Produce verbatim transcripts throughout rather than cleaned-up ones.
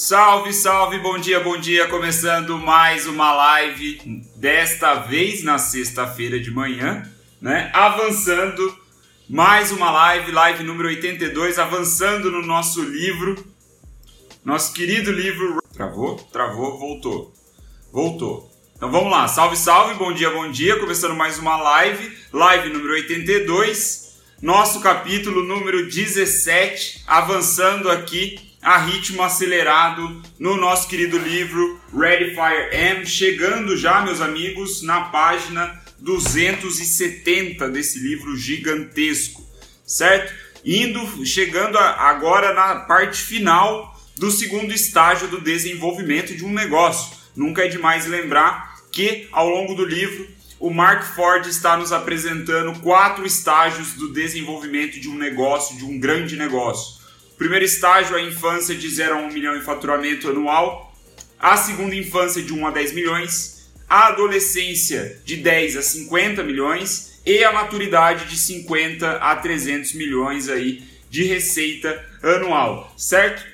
Salve, salve, bom dia, bom dia, começando mais uma live, desta vez na sexta-feira de manhã, né? Avançando, mais uma live, live número oitenta e dois, avançando no nosso livro, nosso querido livro... Travou? Travou, voltou, voltou. Então vamos lá, salve, salve, bom dia, bom dia, começando mais uma live, live número oitenta e dois, nosso capítulo número dezessete, avançando aqui a ritmo acelerado no nosso querido livro Ready Fire M, chegando já, meus amigos, na página duzentos e setenta desse livro gigantesco, certo? Indo, chegando a, agora na parte final do segundo estágio do desenvolvimento de um negócio. Nunca é demais lembrar que, ao longo do livro, o Mark Ford está nos apresentando quatro estágios do desenvolvimento de um negócio, de um grande negócio. O primeiro estágio é a infância de zero a um milhão em faturamento anual, a segunda infância de um a dez milhões, a adolescência de dez a cinquenta milhões e a maturidade de cinquenta a trezentos milhões aí de receita anual, certo?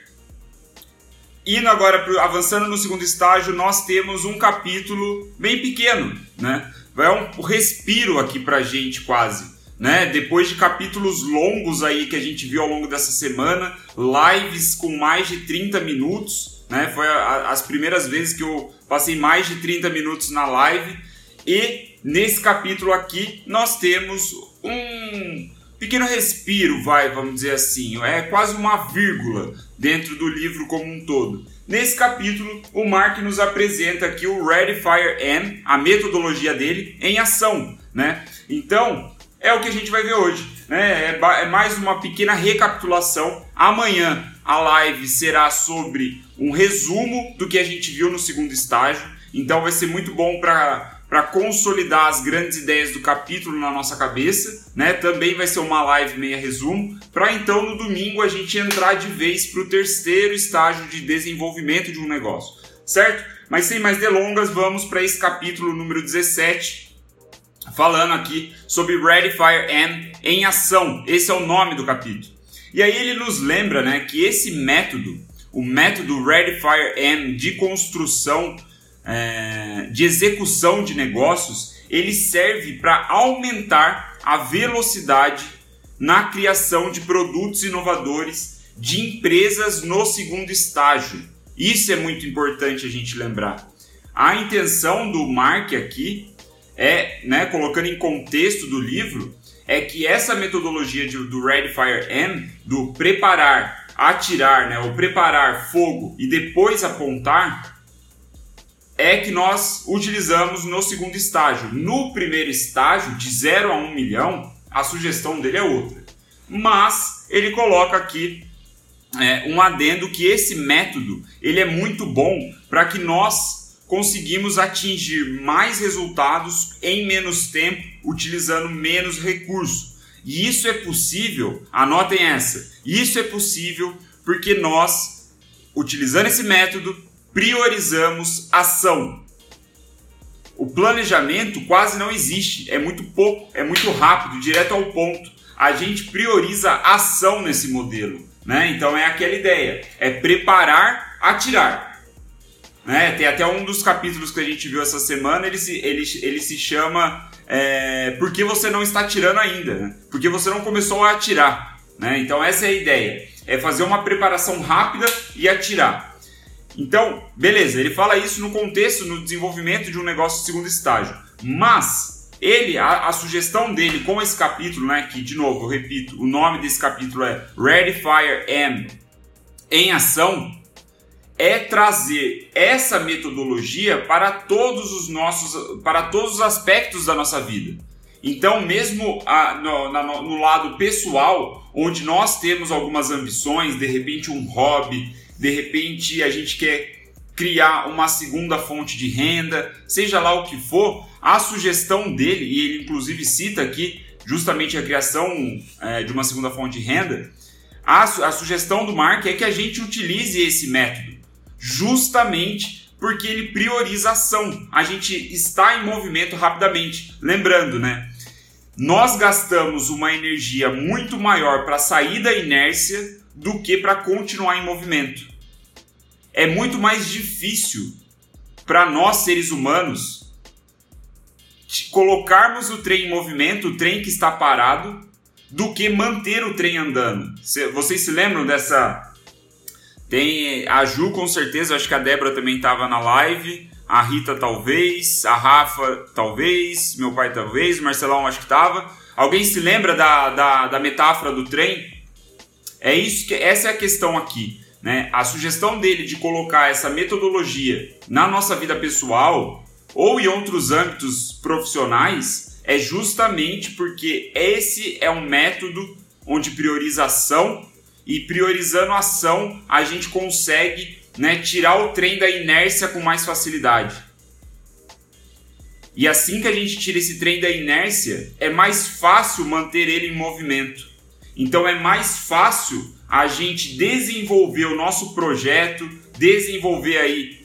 Indo agora, avançando no segundo estágio, nós temos um capítulo bem pequeno, né? Vai um respiro aqui pra gente quase. Né? Depois de capítulos longos aí que a gente viu ao longo dessa semana, lives com mais de trinta minutos, né? Foi a, a, as primeiras vezes que eu passei mais de trinta minutos na live, e nesse capítulo aqui nós temos um pequeno respiro, vai, vamos dizer assim, é quase uma vírgula dentro do livro como um todo. Nesse capítulo, o Mark nos apresenta aqui o Ready Fire M, a metodologia dele em ação, né? Então, é o que a gente vai ver hoje, né? É mais uma pequena recapitulação. Amanhã a live será sobre um resumo do que a gente viu no segundo estágio. Então vai ser muito bom para para consolidar as grandes ideias do capítulo na nossa cabeça, né? Também vai ser uma live meia resumo, para então no domingo a gente entrar de vez para o terceiro estágio de desenvolvimento de um negócio, certo? Mas sem mais delongas, vamos para esse capítulo número dezessete, falando aqui sobre Ready Fire M em ação. Esse é o nome do capítulo. E aí ele nos lembra, né, que esse método, o método Ready Fire M de construção, é, de execução de negócios, ele serve para aumentar a velocidade na criação de produtos inovadores de empresas no segundo estágio. Isso é muito importante a gente lembrar. A intenção do Mark aqui é, né, colocando em contexto do livro, é que essa metodologia de, do Ready Fire M, do preparar, atirar, né, ou preparar fogo e depois apontar, é que nós utilizamos no segundo estágio. No primeiro estágio, de zero a um milhão, a sugestão dele é outra. Mas ele coloca aqui é, um adendo que esse método ele é muito bom para que nós conseguimos atingir mais resultados em menos tempo, utilizando menos recursos. E isso é possível, anotem essa, isso é possível porque nós, utilizando esse método, priorizamos ação. O planejamento quase não existe, é muito pouco, é muito rápido, direto ao ponto. A gente prioriza ação nesse modelo, né? Então é aquela ideia, é preparar, atirar. Né? Tem até um dos capítulos que a gente viu essa semana, ele se, ele, ele se chama é, Por que você não está atirando ainda? Né? Porque você não começou a atirar. Né? Então essa é a ideia, é fazer uma preparação rápida e atirar. Então, beleza, ele fala isso no contexto, no desenvolvimento de um negócio de segundo estágio. Mas, ele, a, a sugestão dele com esse capítulo, né, que, de novo, eu repito, o nome desse capítulo é Ready Fire M em ação, é trazer essa metodologia para todos os nossos, para todos os aspectos da nossa vida. Então, mesmo a, no, na, no lado pessoal, onde nós temos algumas ambições, de repente um hobby, de repente a gente quer criar uma segunda fonte de renda, seja lá o que for, a sugestão dele, e ele inclusive cita aqui justamente a criação é, de uma segunda fonte de renda, a, a sugestão do Mark é que a gente utilize esse método, justamente porque ele prioriza a ação. A gente está em movimento rapidamente. Lembrando, né? Nós gastamos uma energia muito maior para sair da inércia do que para continuar em movimento. é muito mais difícil para nós, seres humanos, colocarmos o trem em movimento, o trem que está parado, do que manter o trem andando. Vocês se lembram dessa... Tem a Ju, com certeza, acho que a Débora também estava na live, a Rita talvez, a Rafa talvez, meu pai talvez, o Marcelão acho que estava. Alguém se lembra da, da, da metáfora do trem? É isso que, essa é a questão aqui, né? A sugestão dele de colocar essa metodologia na nossa vida pessoal ou em outros âmbitos profissionais é justamente porque esse é um método onde prioriza ação, e priorizando a ação a gente consegue, né, tirar o trem da inércia com mais facilidade. E assim que a gente tira esse trem da inércia, é mais fácil manter ele em movimento. Então é mais fácil a gente desenvolver o nosso projeto, desenvolver aí,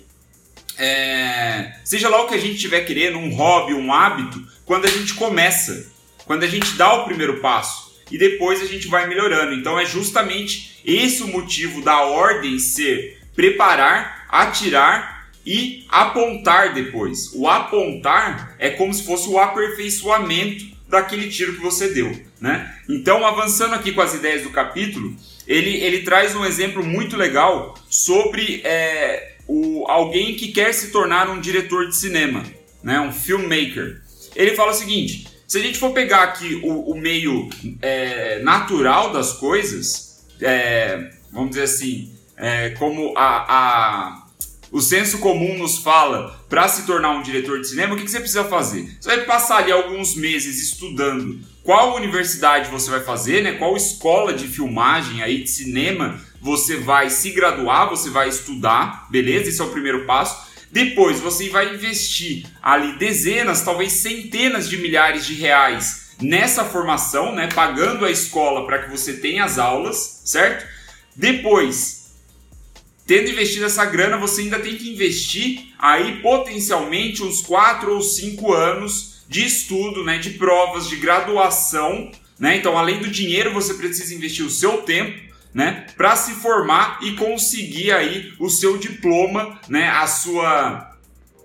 é, seja lá o que a gente estiver querendo, um hobby, um hábito, quando a gente começa, quando a gente dá o primeiro passo. E depois a gente vai melhorando. Então é justamente esse o motivo da ordem ser preparar, atirar e apontar depois. O apontar é como se fosse o aperfeiçoamento daquele tiro que você deu, né? Então, avançando aqui com as ideias do capítulo, ele, ele traz um exemplo muito legal sobre é, o, alguém que quer se tornar um diretor de cinema, né? Um filmmaker. Ele fala o seguinte: se a gente for pegar aqui o, o meio é, natural das coisas, é, vamos dizer assim, é, como a, a, o senso comum nos fala, para se tornar um diretor de cinema, o que, que você precisa fazer? Você vai passar ali alguns meses estudando qual universidade você vai fazer, né? Qual escola de filmagem aí de cinema você vai se graduar, você vai estudar, beleza? Esse é o primeiro passo. Depois você vai investir ali dezenas, talvez centenas de milhares de reais nessa formação, né? Pagando a escola para que você tenha as aulas, certo? Depois, tendo investido essa grana, você ainda tem que investir aí potencialmente uns quatro ou cinco anos de estudo, né? De provas, de graduação, né? Então, além do dinheiro, você precisa investir o seu tempo, né, para se formar e conseguir aí o seu diploma, né, a sua,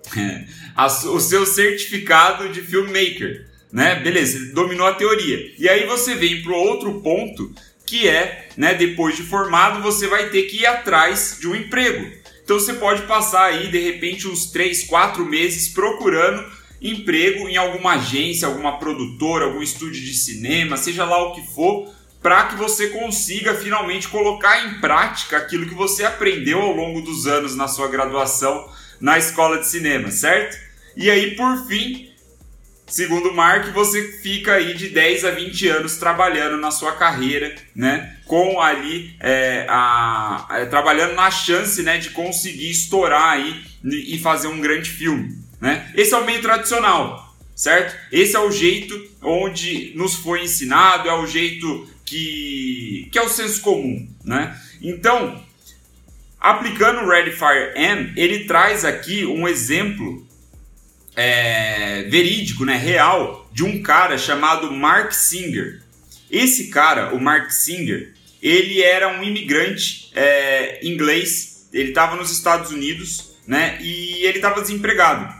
a, o seu certificado de filmmaker, né? Beleza, dominou a teoria. E aí você vem para o outro ponto, que é, né, depois de formado, você vai ter que ir atrás de um emprego. Então você pode passar aí, de repente, uns três, quatro meses procurando emprego em alguma agência, alguma produtora, algum estúdio de cinema, seja lá o que for, para que você consiga finalmente colocar em prática aquilo que você aprendeu ao longo dos anos na sua graduação na escola de cinema, certo? E aí, por fim, segundo o Mark, você fica aí de dez a vinte anos trabalhando na sua carreira, né? Com ali, é, a, a, trabalhando na chance, né, de conseguir estourar aí e fazer um grande filme, né? Esse é o meio tradicional, certo? Esse é o jeito onde nos foi ensinado, é o jeito que, que é o senso comum, né? Então, aplicando o Ready, Fire, Aim, ele traz aqui um exemplo é, verídico, né, real, de um cara chamado Mark Singer. Esse cara, o Mark Singer, ele era um imigrante é, inglês, ele estava nos Estados Unidos, né, e ele estava desempregado.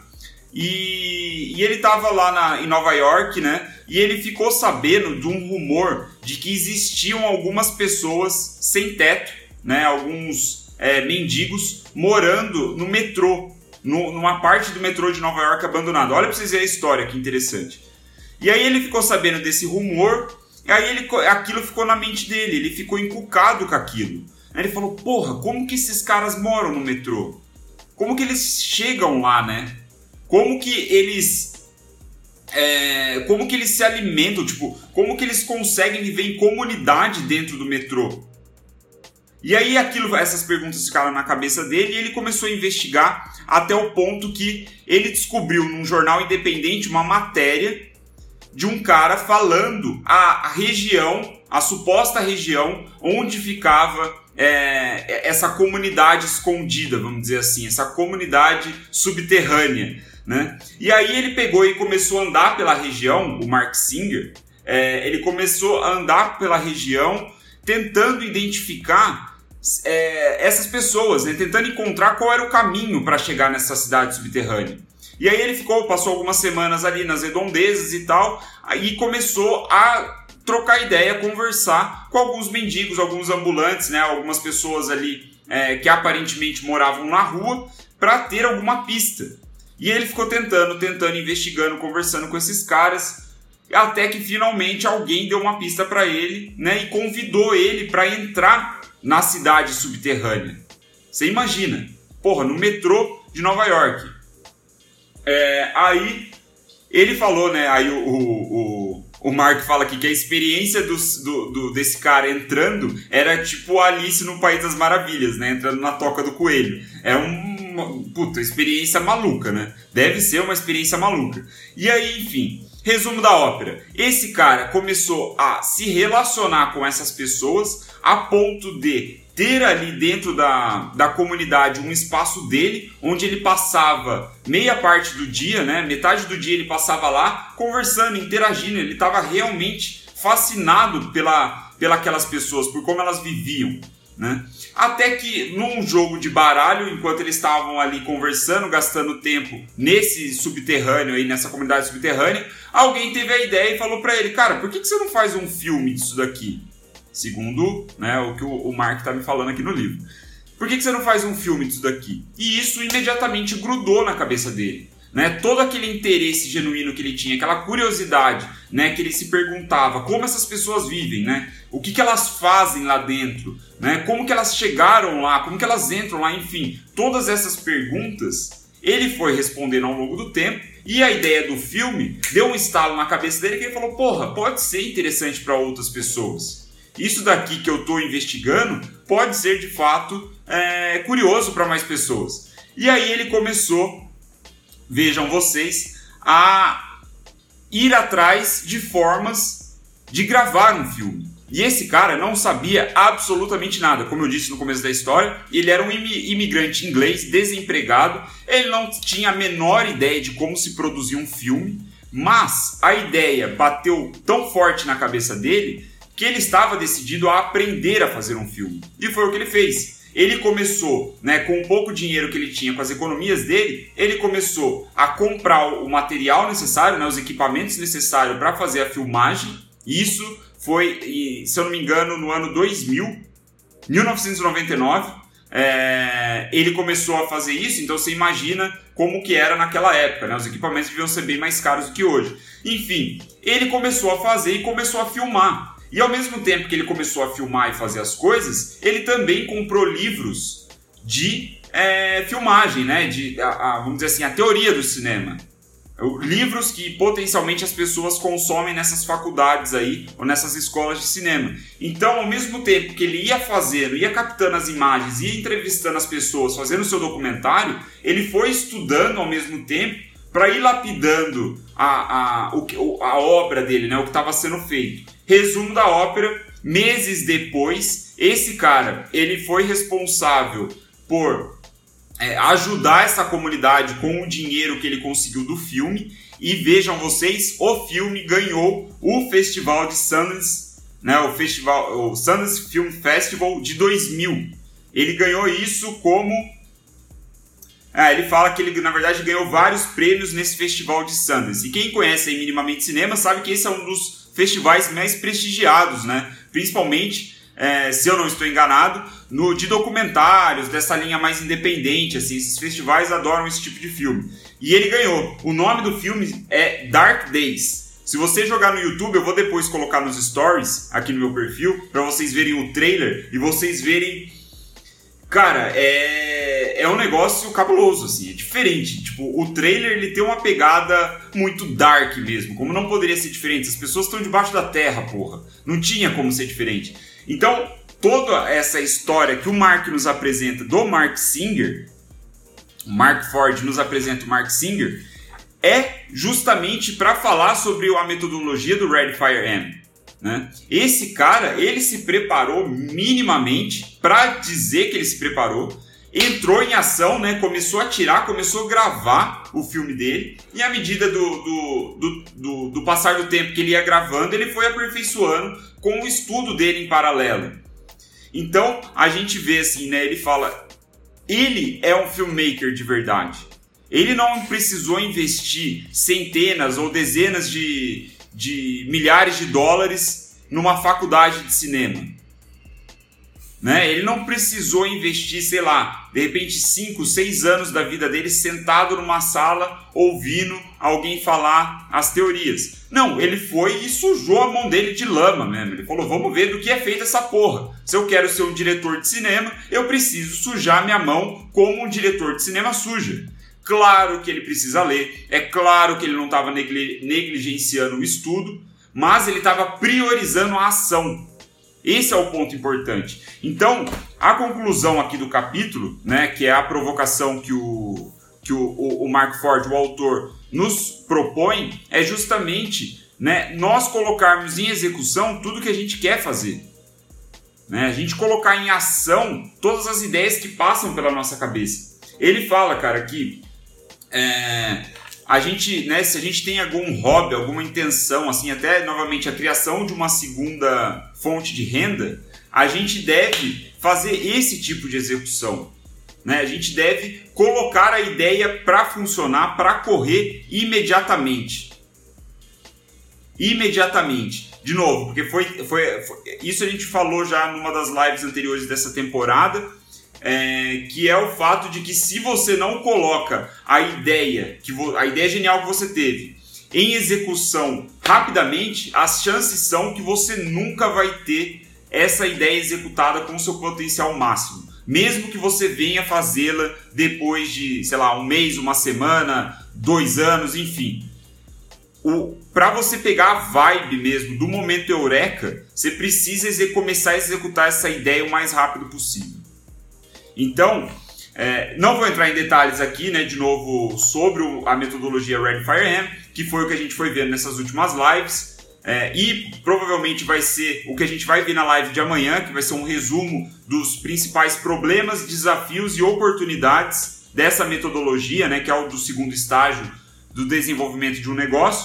E, e ele estava lá na, em Nova York, né? E ele ficou sabendo de um rumor de que existiam algumas pessoas sem teto, né? Alguns é, mendigos morando no metrô, no, numa parte do metrô de Nova York abandonado. Olha para vocês verem a história, que interessante. E aí ele ficou sabendo desse rumor, e aí ele, aquilo ficou na mente dele, ele ficou encucado com aquilo. Aí ele falou: porra, como que esses caras moram no metrô? Como que eles chegam lá, né? Como que eles é, como que eles se alimentam, tipo, como que eles conseguem viver em comunidade dentro do metrô? E aí aquilo, essas perguntas ficaram na cabeça dele e ele começou a investigar até o ponto que ele descobriu num jornal independente uma matéria de um cara falando a, a região, a suposta região onde ficava é, essa comunidade escondida, vamos dizer assim, essa comunidade subterrânea, né? E aí ele pegou e começou a andar pela região, o Mark Singer, é, ele começou a andar pela região tentando identificar é, essas pessoas, né, tentando encontrar qual era o caminho para chegar nessa cidade subterrânea. E aí ele ficou, passou algumas semanas ali nas redondezas e tal, aí começou a trocar ideia, conversar com alguns mendigos, alguns ambulantes, né, algumas pessoas ali é, que aparentemente moravam na rua, para ter alguma pista. E ele ficou tentando, tentando, investigando, conversando com esses caras, até que finalmente alguém deu uma pista para ele, né, e convidou ele para entrar na cidade subterrânea. Você imagina, porra, no metrô de Nova York. É, aí ele falou, né, aí o, o, o Mark fala aqui que a experiência do, do, do, desse cara entrando era tipo Alice no País das Maravilhas, né, entrando na toca do coelho. É uma, puta, experiência maluca, né, deve ser uma experiência maluca. E aí, enfim, resumo da ópera, esse cara começou a se relacionar com essas pessoas a ponto de ter ali dentro da, da comunidade um espaço dele, onde ele passava meia parte do dia, né? Metade do dia ele passava lá, conversando, interagindo, ele estava realmente fascinado pela, pela aquelas pessoas, por como elas viviam, né? Até que num jogo de baralho, enquanto eles estavam ali conversando, gastando tempo nesse subterrâneo, aí, nessa comunidade subterrânea, alguém teve a ideia e falou para ele, cara, por que, que você não faz um filme disso daqui? Segundo, né, o que o Mark está me falando aqui no livro. Por que, que você não faz um filme disso daqui? E isso imediatamente grudou na cabeça dele. Né? Todo aquele interesse genuíno que ele tinha, aquela curiosidade, né, que ele se perguntava como essas pessoas vivem, né? O que, que elas fazem lá dentro, né? Como que elas chegaram lá, como que elas entram lá, enfim. Todas essas perguntas ele foi respondendo ao longo do tempo e a ideia do filme deu um estalo na cabeça dele que ele falou, porra, pode ser interessante para outras pessoas. Isso daqui que eu estou investigando pode ser de fato é, curioso para mais pessoas. E aí ele começou, vejam vocês, a ir atrás de formas de gravar um filme. E esse cara não sabia absolutamente nada. Como eu disse no começo da história, ele era um imigrante inglês, desempregado. Ele não tinha a menor ideia de como se produzia um filme, mas a ideia bateu tão forte na cabeça dele que ele estava decidido a aprender a fazer um filme. E foi o que ele fez. Ele começou, né, com o pouco dinheiro que ele tinha, com as economias dele, ele começou a comprar o material necessário, né, os equipamentos necessários para fazer a filmagem. Isso foi, se eu não me engano, no ano dois mil, mil novecentos e noventa e nove. É, ele começou a fazer isso, então você imagina como que era naquela época, né? Os equipamentos deviam ser bem mais caros do que hoje. Enfim, ele começou a fazer e começou a filmar. E ao mesmo tempo que ele começou a filmar e fazer as coisas, ele também comprou livros de é, filmagem, né? De, a, a, vamos dizer assim, a teoria do cinema. Livros que potencialmente as pessoas consomem nessas faculdades aí, ou nessas escolas de cinema. Então, ao mesmo tempo que ele ia fazendo, ia captando as imagens, ia entrevistando as pessoas, fazendo o seu documentário, ele foi estudando ao mesmo tempo para ir lapidando a, a, o, a obra dele, né? O que estava sendo feito. Resumo da ópera, meses depois, esse cara, ele foi responsável por é, ajudar essa comunidade com o dinheiro que ele conseguiu do filme, e vejam vocês, o filme ganhou o Festival de Sundance, né, o, festival, o Sundance Film Festival de dois mil. Ele ganhou isso como... Ah, ele fala que ele, na verdade, ganhou vários prêmios nesse Festival de Sundance. E quem conhece aí minimamente cinema sabe que esse é um dos festivais mais prestigiados, né? Principalmente, é, se eu não estou enganado, no, de documentários, dessa linha mais independente, assim, esses festivais adoram esse tipo de filme. E ele ganhou. O nome do filme é Dark Days. Se você jogar no YouTube, eu vou depois colocar nos stories, aqui no meu perfil, para vocês verem o trailer e vocês verem... Cara, é, é um negócio cabuloso, assim, é diferente. Tipo, o trailer ele tem uma pegada muito dark mesmo, como não poderia ser diferente. As pessoas estão debaixo da terra, porra. Não tinha como ser diferente. Então, toda essa história que o Mark nos apresenta do Mark Singer, o Mark Ford nos apresenta o Mark Singer, é justamente para falar sobre a metodologia do Ready Fire M. Né? Esse cara, ele se preparou minimamente, para dizer que ele se preparou, entrou em ação, né? Começou a tirar, começou a gravar o filme dele, e à medida do, do, do, do, do passar do tempo que ele ia gravando, ele foi aperfeiçoando com o estudo dele em paralelo. Então, a gente vê assim, né? Ele fala, ele é um filmmaker de verdade. Ele não precisou investir centenas ou dezenas de, de milhares de dólares numa faculdade de cinema. Né? Ele não precisou investir, sei lá, de repente cinco, seis anos da vida dele sentado numa sala ouvindo alguém falar as teorias. Não, ele foi e sujou a mão dele de lama mesmo. Ele falou, vamos ver do que é feita essa porra. Se eu quero ser um diretor de cinema, eu preciso sujar minha mão como um diretor de cinema suja. Claro que ele precisa ler, é claro que ele não estava negligenciando o estudo, mas ele estava priorizando a ação. Esse é o ponto importante. Então, a conclusão aqui do capítulo, né, que é a provocação que o, que o, o, o Mark Ford, o autor, nos propõe, é justamente, né, nós colocarmos em execução tudo que a gente quer fazer. Né? A gente colocar em ação todas as ideias que passam pela nossa cabeça. Ele fala, cara, que é, a gente, né, se a gente tem algum hobby, alguma intenção, assim, até novamente a criação de uma segunda fonte de renda, a gente deve fazer esse tipo de execução. Né? A gente deve colocar a ideia para funcionar, para correr imediatamente. Imediatamente. De novo, porque foi, foi, foi isso a gente falou já numa das lives anteriores dessa temporada, é, que é o fato de que se você não coloca a ideia, que vo, a ideia genial que você teve em execução rapidamente, as chances são que você nunca vai ter essa ideia executada com o seu potencial máximo. Mesmo que você venha fazê-la depois de, sei lá, um mês, uma semana, dois anos, enfim. Para você pegar a vibe mesmo do momento eureka, você precisa começar a executar essa ideia o mais rápido possível. Então, é, não vou entrar em detalhes aqui, né, de novo, sobre o, a metodologia Ready, Fire, Aim, que foi o que a gente foi vendo nessas últimas lives. É, e provavelmente vai ser o que a gente vai ver na live de amanhã, que vai ser um resumo dos principais problemas, desafios e oportunidades dessa metodologia, né, que é o do segundo estágio do desenvolvimento de um negócio.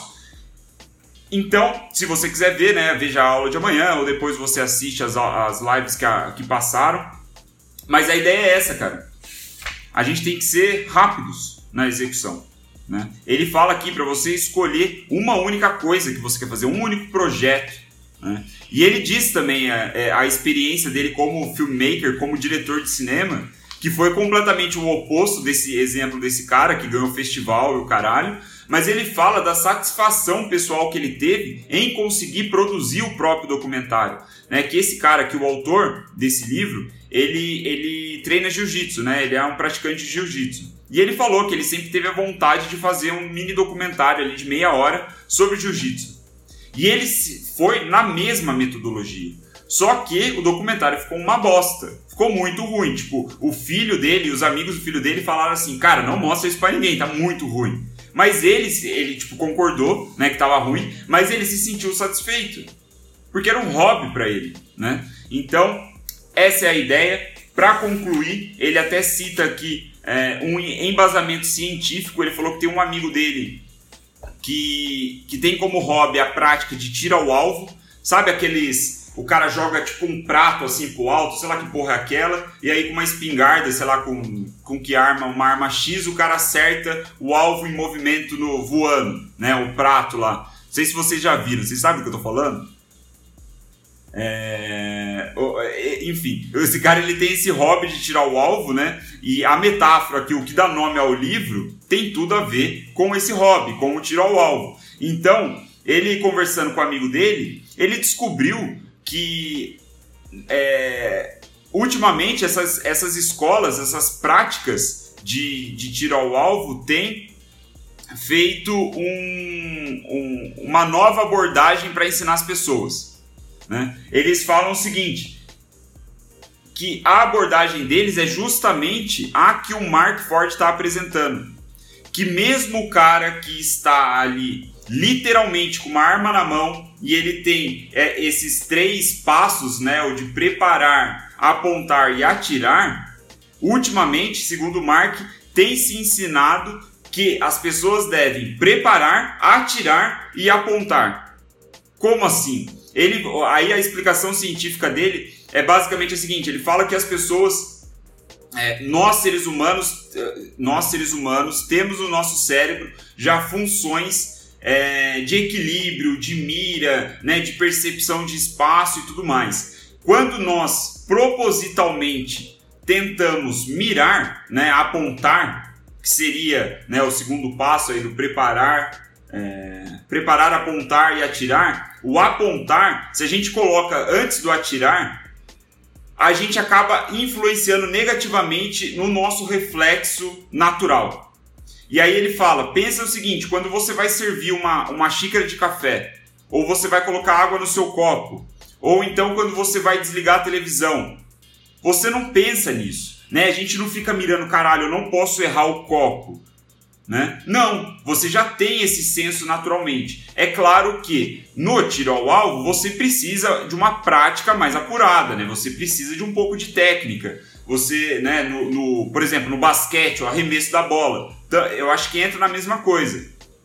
Então, se você quiser ver, né, veja a aula de amanhã ou depois você assiste as, as lives que, a, que passaram. Mas a ideia é essa, cara. A gente tem que ser rápidos na execução. Né? Ele fala aqui para você escolher uma única coisa que você quer fazer, um único projeto. Né? E ele diz também a, a experiência dele como filmmaker, como diretor de cinema, que foi completamente o oposto desse exemplo desse cara que ganhou o festival e o caralho. Mas ele fala da satisfação pessoal que ele teve em conseguir produzir o próprio documentário. Né? Que esse cara, que o autor desse livro, ele, ele treina jiu-jitsu, né? Ele é um praticante de jiu-jitsu. E ele falou que ele sempre teve a vontade de fazer um mini documentário ali de meia hora sobre jiu-jitsu. E ele foi na mesma metodologia. Só que o documentário ficou uma bosta. Ficou muito ruim. Tipo, o filho dele, os amigos do filho dele falaram assim, cara, não mostra isso pra ninguém, tá muito ruim. Mas ele, ele tipo, concordou, né, que tava ruim, mas ele se sentiu satisfeito. Porque era um hobby pra ele, né? Então, essa é a ideia. Pra concluir, ele até cita aqui é, um embasamento científico. Ele falou que tem um amigo dele que, que tem como hobby a prática de tiro ao alvo. Sabe aqueles... O cara joga tipo um prato assim pro alto, sei lá que porra é aquela, e aí com uma espingarda, sei lá com, com que arma, uma arma X, o cara acerta o alvo em movimento no, voando, né? O prato lá. Não sei se vocês já viram, vocês sabem do que eu tô falando? É... Enfim, esse cara ele tem esse hobby de tirar o alvo, né? E a metáfora aqui, o que dá nome ao livro, tem tudo a ver com esse hobby, com o tiro ao alvo. Então, ele conversando com o amigo dele, ele descobriu que é, ultimamente essas, essas escolas, essas práticas de, de tiro ao alvo têm feito um, um, uma nova abordagem para ensinar as pessoas. Né? Eles falam o seguinte, que a abordagem deles é justamente a que o Mark Ford está apresentando. Que mesmo o cara que está ali literalmente com uma arma na mão e ele tem é, esses três passos, né, o de preparar, apontar e atirar, ultimamente, segundo o Mark, tem se ensinado que as pessoas devem preparar, atirar e apontar. Como assim? Ele, aí a explicação científica dele é basicamente a seguinte, ele fala que as pessoas, é, nós seres humanos, nós seres humanos temos no nosso cérebro já funções é, de equilíbrio, de mira, né, de percepção de espaço e tudo mais. Quando nós propositalmente tentamos mirar, né, apontar, que seria, né, o segundo passo aí do preparar, é, preparar, apontar e atirar, o apontar, se a gente coloca antes do atirar, a gente acaba influenciando negativamente no nosso reflexo natural. E aí ele fala, pensa o seguinte, quando você vai servir uma, uma xícara de café, ou você vai colocar água no seu copo, ou então quando você vai desligar a televisão, você não pensa nisso, né? A gente não fica mirando, caralho, eu não posso errar o copo, né? Não, você já tem esse senso naturalmente. É claro que no tiro ao alvo você precisa de uma prática mais apurada, né? Você precisa de um pouco de técnica. Você, né, no, no, por exemplo, no basquete, o arremesso da bola, então, eu acho que entra na mesma coisa.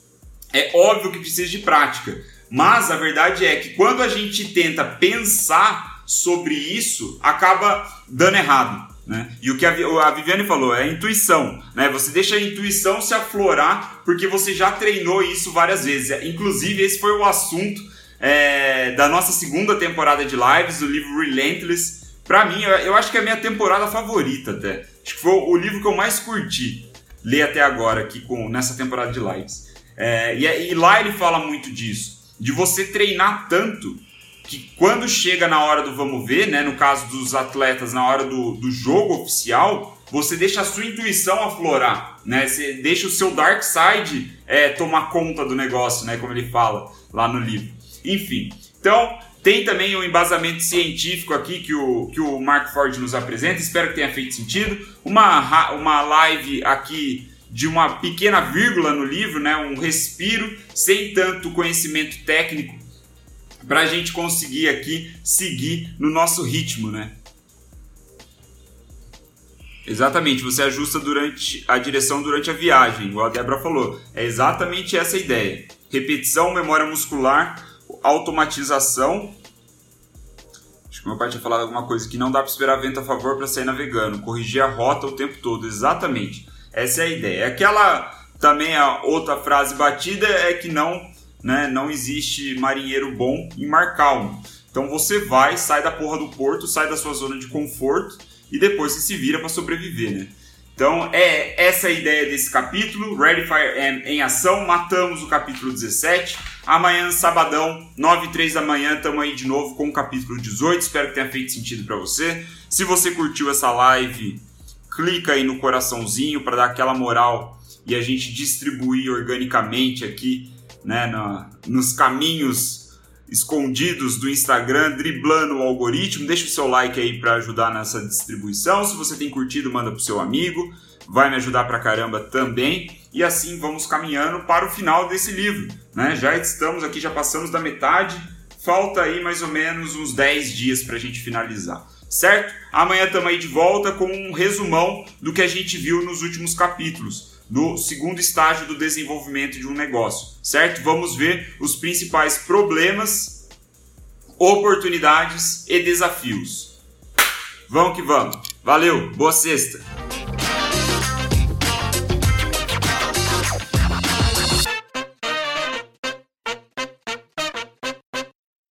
É óbvio que precisa de prática, mas a verdade é que quando a gente tenta pensar sobre isso, acaba dando errado. Né? E o que a Viviane falou é a intuição, né? Você deixa a intuição se aflorar porque você já treinou isso várias vezes. Inclusive esse foi o assunto é, da nossa segunda temporada de lives, do livro Relentless. Pra mim, eu acho que é a minha temporada favorita até. Acho que foi o livro que eu mais curti ler até agora aqui com, nessa temporada de lives. É, e, e lá ele fala muito disso, de você treinar tanto que quando chega na hora do vamos ver, né, no caso dos atletas, na hora do, do jogo oficial, você deixa a sua intuição aflorar, né? Você deixa o seu dark side é, tomar conta do negócio, né, como ele fala lá no livro. Enfim, então tem também um embasamento científico aqui que o, que o Mark Ford nos apresenta, espero que tenha feito sentido. Uma, uma live aqui de uma pequena vírgula no livro, né, um respiro, sem tanto conhecimento técnico, para a gente conseguir aqui seguir no nosso ritmo, né? Exatamente, você ajusta durante a direção durante a viagem, igual a Débora falou. É exatamente essa a ideia. Repetição, memória muscular, automatização. Acho que meu pai tinha falado alguma coisa que não dá para esperar vento a favor para sair navegando. Corrigir a rota o tempo todo, exatamente. Essa é a ideia. Aquela também a outra frase batida é que não... Né? Não existe marinheiro bom em mar calmo. Então você vai, sai da porra do porto, sai da sua zona de conforto e depois você se vira para sobreviver, né? Então é essa a ideia desse capítulo. Ready, Fire, Aim em ação. Matamos o capítulo dezessete. Amanhã, sabadão, nove e três da manhã, estamos aí de novo com o capítulo dezoito. Espero que tenha feito sentido para você. Se você curtiu essa live, clica aí no coraçãozinho para dar aquela moral e a gente distribuir organicamente aqui, né, no, nos caminhos escondidos do Instagram, driblando o algoritmo. Deixa o seu like aí para ajudar nessa distribuição. Se você tem curtido, manda pro seu amigo, vai me ajudar pra caramba também. E assim vamos caminhando para o final desse livro, né? Já estamos aqui, já passamos da metade, falta aí mais ou menos uns dez dias pra gente finalizar, certo? Amanhã estamos aí de volta com um resumão do que a gente viu nos últimos capítulos, no segundo estágio do desenvolvimento de um negócio, certo? Vamos ver os principais problemas, oportunidades e desafios. Vamos que vamos. Valeu, boa sexta!